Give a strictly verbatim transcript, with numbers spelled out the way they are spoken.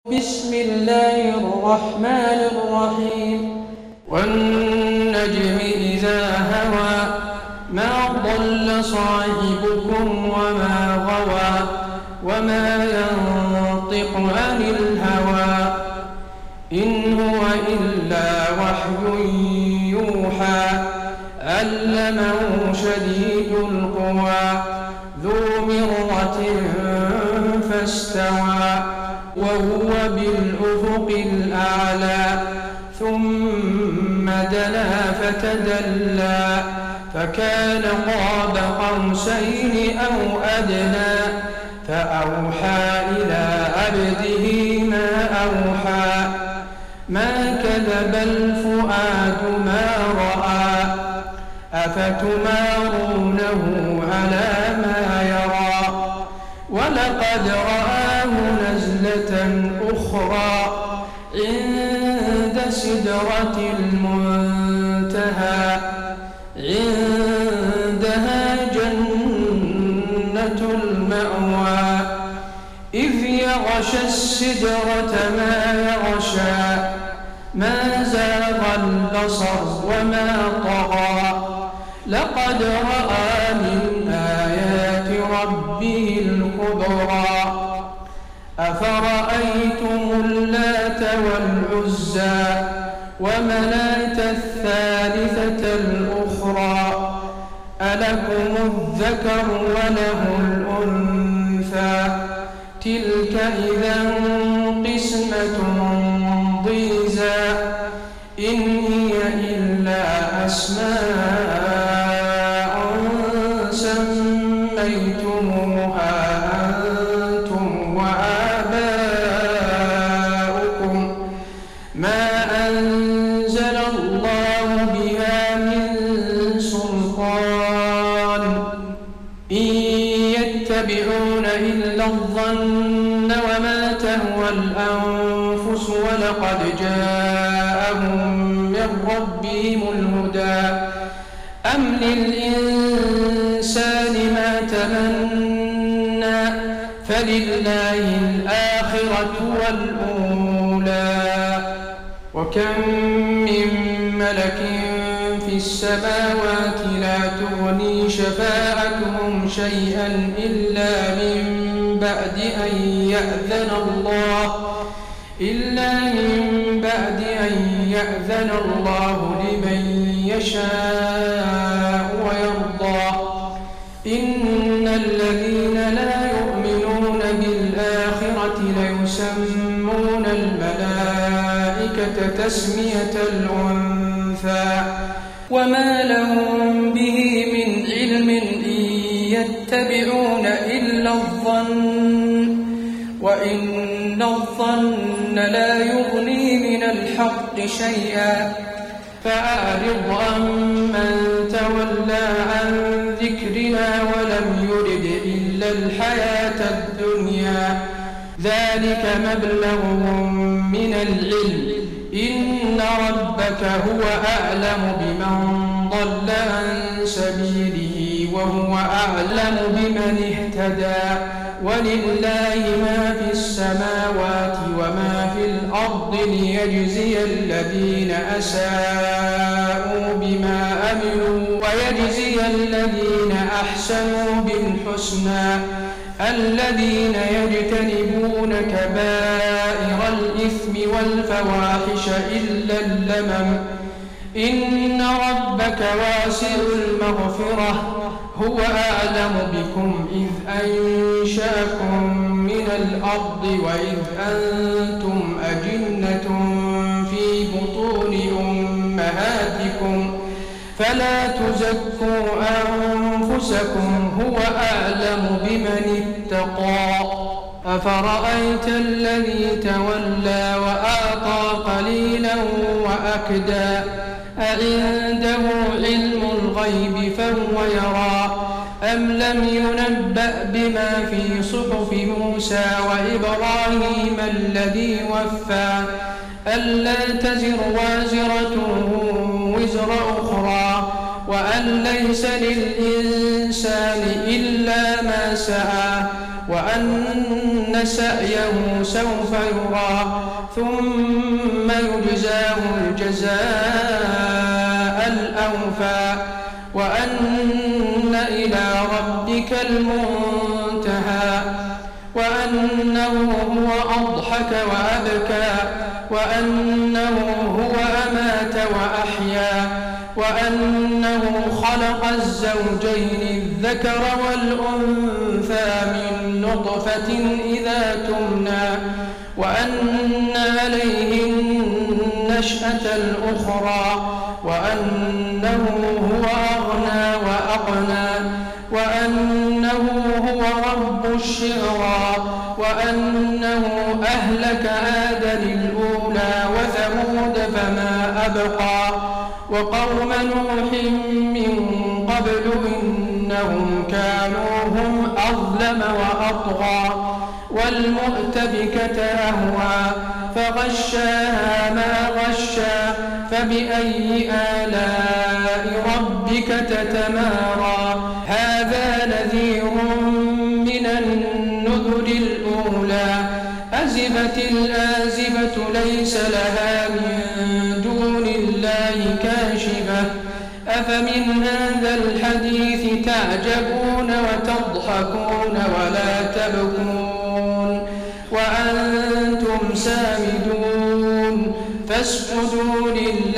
بسم الله الرحمن الرحيم والنجم إذا هوى ما ضل صاحبكم وما غوى وما ينطق عن الهوى إن هو إلا وحي يوحى علمه شديد القوى ذو مرة فاستوى وهو بالأفق الأعلى ثم دنا فتدلى فكان قاب قوسين أو أدنى فأوحى إلى عبده ما أوحى ما كذب الفؤاد ما رأى أفتمارونه على ما يرى ولقد رآه نزلة أخرى عند سدرة المنتهى عندها جنة المأوى إذ يغشى السدرة ما يغشى ما زاغ البصر وما طغى لقد رأى من آيات ربه الكبرى أفرأيتم اللات والعزى ومناة الثالثة الأخرى ألكم الذكر وله الأنثى تلك إذا قسمة ضيزى إن هي إلا أسماء يتبعون إلا الظن وما تهوى الأنفس ولقد جاءهم من ربهم الهدى أم للإنسان ما تمنى فلله الآخرة والأولى وكم من ملك في السماوات لا تغني شفاعتهم شيئا إلا من بعد أن يأذن الله إلا من بعد أن يأذن الله لمن يشاء ويرضى إن الذين لا يؤمنون بالآخرة ليسمون الملائكة تسمية الأنثى وما لهم به من علم إن يتبعون إلا الظن وإن الظن لا يغني من الحق شيئا فأعرض عمن تولى عن ذكرنا ولم يرد إلا الحياة الدنيا ذلك مبلغهم من العلم إن ربك هو أعلم بمن ضل عن سبيله وهو أعلم بمن اهتدى ولله ما في السماوات وما في الأرض ليجزي الذين أساءوا بما عملوا ويجزي الذين أحسنوا بالحسنى الذين يجتنبون كبائر الإثم والفواحش إلا اللمم إن ربك واسع المغفرة هو أعلم بكم إذ أنشأكم من الأرض وإذ أنتم أجنة في بطون أمهاتكم فلا تزكوا أنفسكم هو أعلم بمن اتقى أفرأيت الذي تولى وأعطى قليلا وأكدى أعنده علم الغيب فهو يرى أم لم ينبأ بما في صحف موسى وإبراهيم الذي وفى ألا تزر وازرة وزر أخرى وأن ليس للإنسان إلا ما سعى وأن سعيه سوف يرى ثم يجزاه الجزاء الأوفى وأن إلى ربك المنتهى وأنه هو أضحك وأبكى وأنه هو أمات وأحيا وأنه خلق الزوجين الذكر والأنثى من نطفة إذا تمنى وأن عليه النشأة الأخرى وأنه هو أغنى وأقنى وأنه هو رب الشعرى وأنه أهلك عادا الأولى وثمود فما أبقى وقوم نوح من قبل إنهم كانوا هم أظلم وأطغى والمؤتفكة أهوى فغشاها ما غشى فبأي آلاء ربك تتمارى هذا نذير من النذر الأولى أزفت الآزفة ليس لها من دون الله كاشفة أفمن هذا الحديث تعجبون وتضحكون ولا تبكون وأنتم سامدون فاسجدوا لله